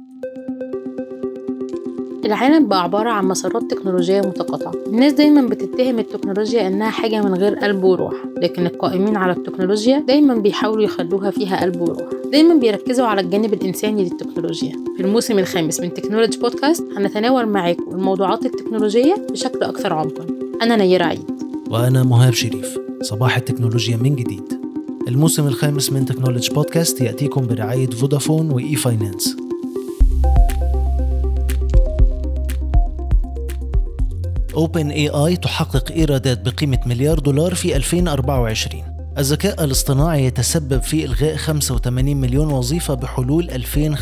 العالم بقى عبارة عن مسارات تكنولوجية متقاطعة. الناس دايما بتتهم التكنولوجيا إنها حاجة من غير قلب وروح، لكن القائمين على التكنولوجيا دايما بيحاولوا يخلوها فيها قلب وروح. دايما بيركزوا على الجانب الإنساني للتكنولوجيا. في الموسم الخامس من تكنولوجي بودكاست هنتناول معاكم الموضوعات التكنولوجية بشكل أكثر عمقا. أنا نيرة عيد وأنا مهاب شريف. صباح التكنولوجيا من جديد. الموسم الخامس من تكنولوجي بودكاست يأتيكم برعاية فودافون وإي فاينانس. OpenAI تحقق إيرادات بقيمة $1 مليار في 2024. الذكاء الاصطناعي يتسبب في إلغاء 85 مليون وظيفة بحلول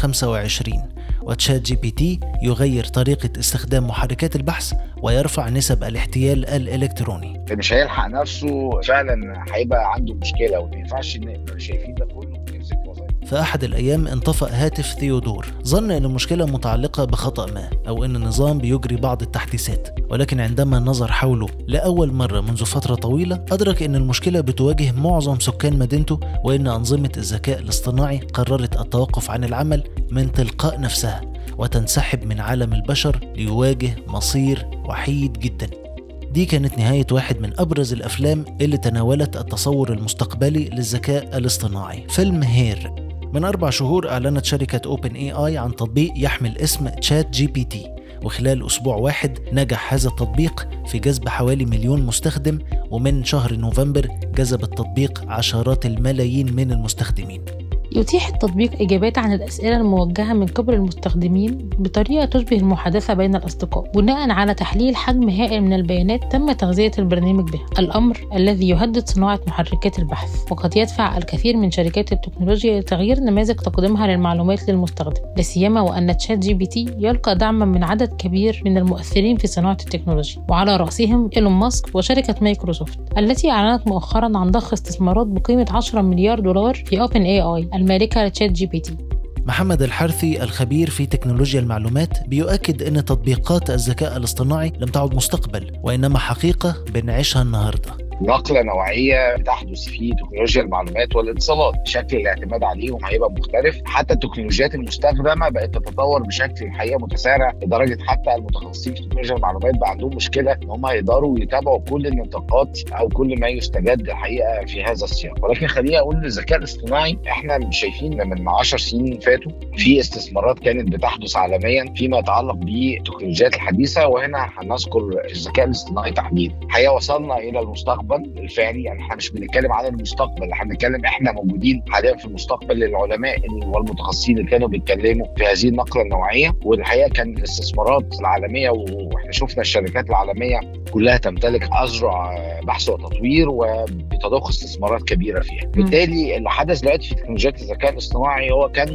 2025. وتشات جي بي تي يغير طريقة استخدام محركات البحث ويرفع نسب الاحتيال الإلكتروني. مش هيلحق نفسه، فعلا هيبقى عنده مشكلة وما ينفعش نبقى شايفين ده كله يمسك وظيفة. في أحد الأيام انطفأ هاتف ثيودور، ظن أن المشكلة متعلقة بخطأ ما أو أن النظام بيجري بعض التحديثات، ولكن عندما نظر حوله لأول مرة منذ فترة طويلة أدرك أن المشكلة بتواجه معظم سكان مدينته، وأن أنظمة الذكاء الاصطناعي قررت التوقف عن العمل من تلقاء نفسها وتنسحب من عالم البشر ليواجه مصير وحيد جدا. دي كانت نهاية واحد من أبرز الأفلام اللي تناولت التصور المستقبلي للذكاء الاصطناعي، فيلم هير. من 4 شهور أعلنت شركة OpenAI عن تطبيق يحمل اسم تشات جي بي تي، وخلال أسبوع واحد نجح هذا التطبيق في جذب حوالي 1,000,000 مستخدم، ومن شهر نوفمبر جذب التطبيق عشرات الملايين من المستخدمين. يتيح التطبيق إجابات عن الأسئلة الموجهة من قبل المستخدمين بطريقة تشبه المحادثة بين الأصدقاء، بناء على تحليل حجم هائل من البيانات تم تغذية البرنامج به، الأمر الذي يهدد صناعة محركات البحث، وقد يدفع الكثير من شركات التكنولوجيا لتغيير نماذج تقديمها للمعلومات للمستخدم، لا سيما وأن تشات جي بي تي يلقى دعما من عدد كبير من المؤثرين في صناعة التكنولوجيا، وعلى رأسهم إيلون ماسك وشركة مايكروسوفت التي أعلنت مؤخرا عن ضخ استثمارات بقيمة $10 مليار في OpenAI المالكة لتشات جي بي تي. محمد الحرثي الخبير في تكنولوجيا المعلومات بيؤكد أن تطبيقات الذكاء الاصطناعي لم تعد مستقبل، وإنما حقيقة بنعيشها النهاردة. نقلة نوعية بتحدث في تكنولوجيا المعلومات والاتصالات، شكل الاعتماد عليهم هيبقى مختلف. حتى التكنولوجيات المستخدمة بقت تتطور بشكل الحقيقة متسارع، لدرجة حتى المتخصصين في تكنولوجيا المعلومات بقى عندهم مشكلة ان هم يقدروا يتابعوا كل النطاقات او كل ما يستجد الحقيقة في هذا السياق. ولكن خليني اقول الذكاء الاصطناعي احنا مش شايفين من 10 سنين فاتوا في استثمارات كانت بتحدث عالميا فيما يتعلق بالتكنولوجيات الحديثة، وهنا هنذكر الذكاء الاصطناعي تحديدا. الحقيقة وصلنا الى المستقبل الفعلي، يعني احنا مش بنتكلم عن المستقبل، احنا بنتكلم احنا موجودين حاليا في المستقبل. العلماء والمتخصصين اللي كانوا بيتكلموا في هذه النقله النوعيه، والحقيقه كان الاستثمارات العالميه واحنا شفنا الشركات العالميه كلها تمتلك اذرع بحث وتطوير وبتضخ استثمارات كبيره فيها. بالتالي اللي حدث دلوقتي في تكنولوجيات الذكاء الاصطناعي هو كان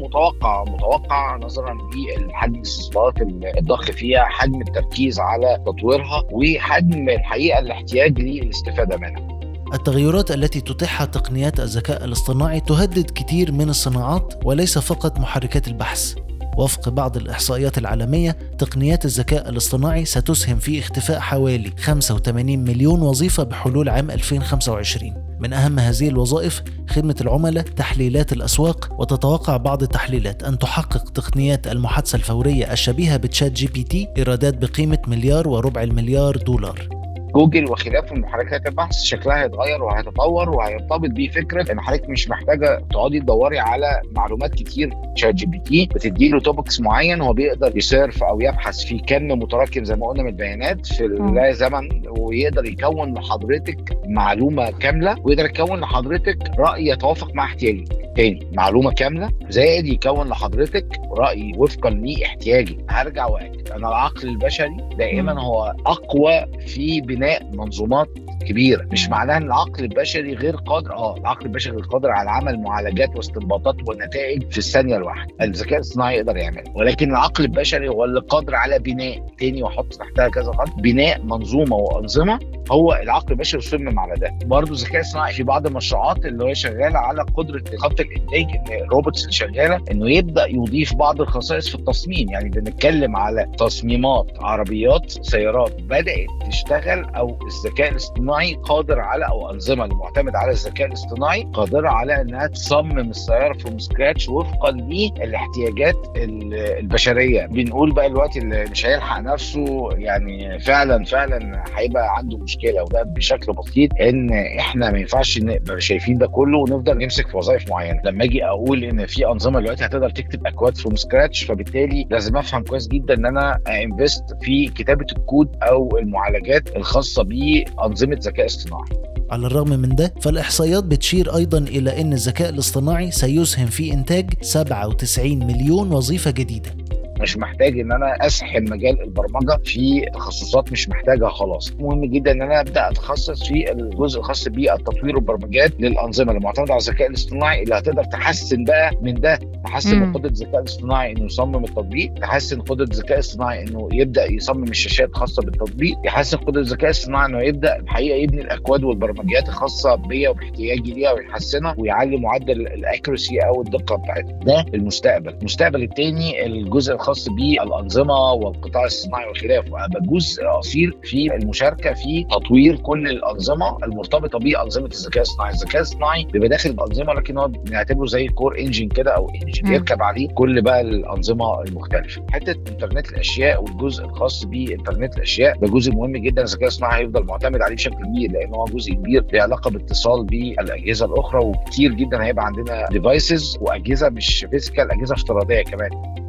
متوقع نظرا لحجم الاستثمارات الضخ فيها، حجم التركيز على تطويرها، وحجم الحقيقه الاحتياج للاستفاده منها. التغيرات التي تتيحها تقنيات الذكاء الاصطناعي تهدد كتير من الصناعات وليس فقط محركات البحث. وفق بعض الإحصائيات العالمية، تقنيات الذكاء الاصطناعي ستسهم في اختفاء حوالي 85 مليون وظيفة بحلول عام 2025. من أهم هذه الوظائف خدمة العملاء، تحليلات الأسواق، وتتوقع بعض التحليلات أن تحقق تقنيات المحادثة الفورية الشبيهة بتشات جي بي تي إيرادات بقيمة $1.25 مليار. جوجل وخلافه محركات البحث شكلها هيتغير وهيتطور وهيرتبط بيه فكره ان حضرتك مش محتاجه تقعدي تدوري على معلومات كتير. شات جي بي تي بتديله توبكس معين، هو بيقدر يسيرف او يبحث في كم متراكم زي ما قلنا من البيانات في لا زمن، ويقدر يكون لحضرتك معلومه كامله، ويقدر يكون لحضرتك راي يتوافق مع احتياجك. تاني، معلومه كامله زائد يكون لحضرتك راي وفقا لاحتياجي. هرجع واكد، انا العقل البشري دائما هو اقوى في بناء منظومات كبيره. مش معناها ان العقل البشري غير قادر، العقل البشري غير قادر على عمل معالجات واستنباطات ونتائج في الثانيه الواحده. الذكاء الصناعي يقدر يعمل، ولكن العقل البشري هو اللي قادر على بناء، تاني واحط تحتها كذا خط، بناء منظومه وانظمه. هو العقل البشري صمم على ده. برضه الذكاء الصناعي في بعض المشروعات اللي هو شغاله على قدره خط الانتاج، ان الروبوتس اللي شغاله انه يبدا يضيف بعض الخصائص في التصميم. يعني بنتكلم على تصميمات عربيات، سيارات بدات تشتغل او الذكاء الاصطناعي قادر على، او انظمه المعتمده على الذكاء الاصطناعي قادره على انها تصمم السياره فروم سكراتش وفقا للاحتياجات البشريه. بنقول بقى الوقت اللي مش هيلحق نفسه يعني فعلا هيبقى عنده مشكله، وده بشكل بسيط ان احنا ما ينفعش نبقى شايفين ده كله ونفضل نمسك في وظائف معينه. لما اجي اقول ان في انظمه دلوقتي هتقدر تكتب اكواد فروم سكراتش، فبالتالي لازم افهم كويس جدا ان انا انفست في كتابه الكود او المعالجات الخاصه بانظمه ذكاء اصطناعي. على الرغم من ده، فالإحصائيات بتشير أيضا إلى أن الذكاء الاصطناعي سيسهم في إنتاج 97 مليون وظيفة جديدة. مش محتاج ان انا اسحب مجال البرمجه في تخصصات مش محتاجها خلاص. مهم جدا ان انا ابدا اتخصص في الجزء الخاص بالتطوير والبرمجيات للانظمه المعتمده على الذكاء الاصطناعي اللي هتقدر تحسن بقى من ده، تحسن من قدره الذكاء الاصطناعي انه يصمم التطبيق، تحسن قدره الذكاء الاصطناعي انه يبدا يصمم الشاشات الخاصه بالتطبيق، يحسن قدره الذكاء الاصطناعي انه يبدا الحقيقه يبني الاكواد والبرمجيات الخاصه بيا وباحتياجي ليها ويحسنها ويعلي معدل الاكيورسي او الدقه بتاعتها. ده المستقبل الثاني الجزء الخاص بالانظمه والقطاع الصناعي وخلافه، ابقى جزء اصيل في المشاركه في تطوير كل الانظمه المرتبطه بانظمه الذكاء الصناعي. الذكاء الصناعي بيبقى داخل الانظمه لكن هو بنعتبره زي كور انجن كده او انجن يركب عليه كل بقى الانظمه المختلفه. حته انترنت الاشياء والجزء الخاص بانترنت الاشياء ده جزء مهم جدا الذكاء الصناعي هيفضل معتمد عليه بشكل كبير، لان هو جزء كبير له علاقه باتصال بالاجهزه الاخرى، وكتير جدا هيبقى عندنا ديفايسز واجهزه مش فيزيكال، اجهزه افتراضيه كمان.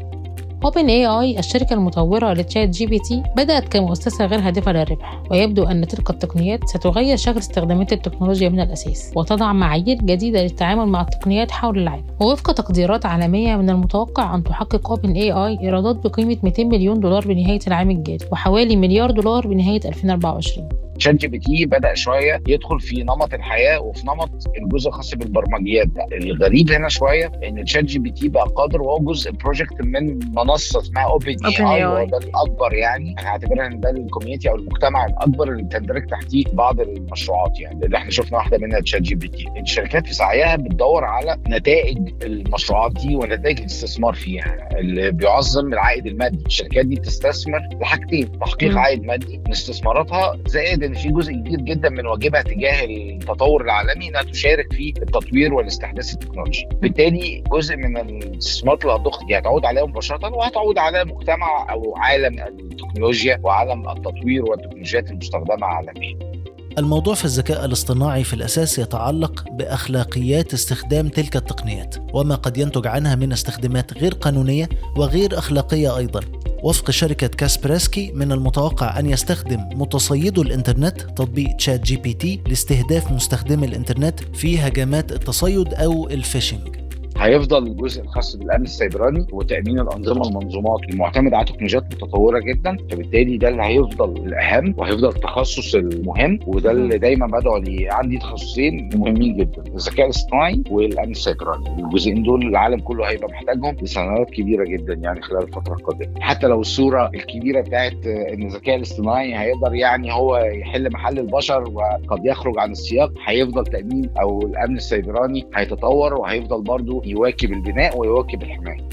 OpenAI الشركة المطورة لتشات جي بي تي بدأت كمؤسسة غير هادفة للربح، ويبدو أن تلك التقنيات ستغير شكل استخدامات التكنولوجيا من الأساس وتضع معايير جديدة للتعامل مع التقنيات حول العالم. ووفق تقديرات عالمية من المتوقع أن تحقق OpenAI إيرادات بقيمة 200 مليون دولار بنهاية العام الجاري وحوالي $1 مليار بنهاية 2024. شات جي بي تي بدأ شوية يدخل في نمط الحياة وفي نمط الجزء الخاص بالبرمجيات. ده الغريب هنا شوية ان شات جي بي تي بقى قادر، وهو جزء بروجكت من منصة اسمها OpenAI، وده الأكبر يعني هنعتبرها ان ده الكوميونتي او المجتمع الأكبر اللي بتندرج تحتيه بعض المشروعات، يعني اللي احنا شفنا واحدة منها شات جي بي تي. الشركات في سعيها بتدور على نتائج المشروعات دي ونتائج الاستثمار فيها اللي بيعظم العائد المادي. الشركات دي بتستثمر لحاجتين: تحقيق عائد مادي من استثماراتها، زائد ان في جزء كبير جدا من واجبها تجاه التطور العالمي انها تشارك في التطوير والاستحداث التكنولوجي. بالتالي جزء من الاستثمارات اللي هتضخ دي هتعود عليها مباشره وهتعود على مجتمع او عالم التكنولوجيا وعالم التطوير والتكنولوجيات المستخدمه عالميا. الموضوع في الذكاء الاصطناعي في الأساس يتعلق بأخلاقيات استخدام تلك التقنيات وما قد ينتج عنها من استخدامات غير قانونية وغير أخلاقية أيضاً. وفق شركة كاسبرسكي من المتوقع أن يستخدم متصيدو الإنترنت تطبيق تشات جي بي تي لاستهداف مستخدمي الإنترنت في هجمات التصيد أو الفيشنج. هيفضل الجزء الخاص بالامن السيبراني وتامين الانظمه المنظومات المعتمده على تكنولوجيات متطوره جدا، فبالتالي ده اللي هيفضل الاهم وهيفضل التخصص المهم، وده اللي دايما بدعو لي. عندي تخصصين مهمين جدا: الذكاء الاصطناعي والامن السيبراني. الجزئين دول العالم كله هيبقى محتاجهم لسنوات كبيره جدا يعني خلال الفتره القادمه. حتى لو الصوره الكبيره بتاعت ان الذكاء الاصطناعي هيقدر يعني هو يحل محل البشر وقد يخرج عن السياق، هيفضل تامين او الامن السيبراني هيتطور وهيفضل برضو يواكب البناء ويواكب الحماية.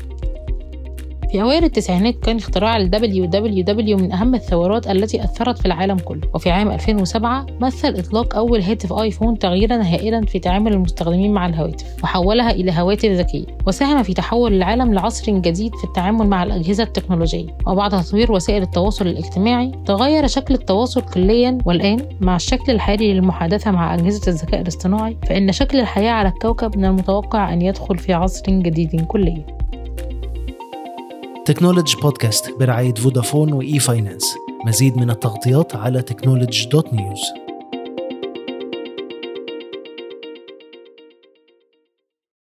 في أوائل التسعينات كان اختراع ال WWW من أهم الثورات التي أثرت في العالم كله، وفي عام 2007 مثل إطلاق أول هاتف آيفون تغييراً هائلاً في تعامل المستخدمين مع الهواتف وحولها إلى هواتف ذكية، وساهم في تحول العالم لعصر جديد في التعامل مع الأجهزة التكنولوجية. وبعد تطوير وسائل التواصل الاجتماعي تغير شكل التواصل كلياً، والآن مع الشكل الحالي للمحادثة مع أجهزة الذكاء الاصطناعي فإن شكل الحياة على الكوكب من المتوقع أن يدخل في عصر جديد كلياً. تكنولوجي بودكاست برعاية فودافون وإي فاينانس. مزيد من التغطيات على technology.news.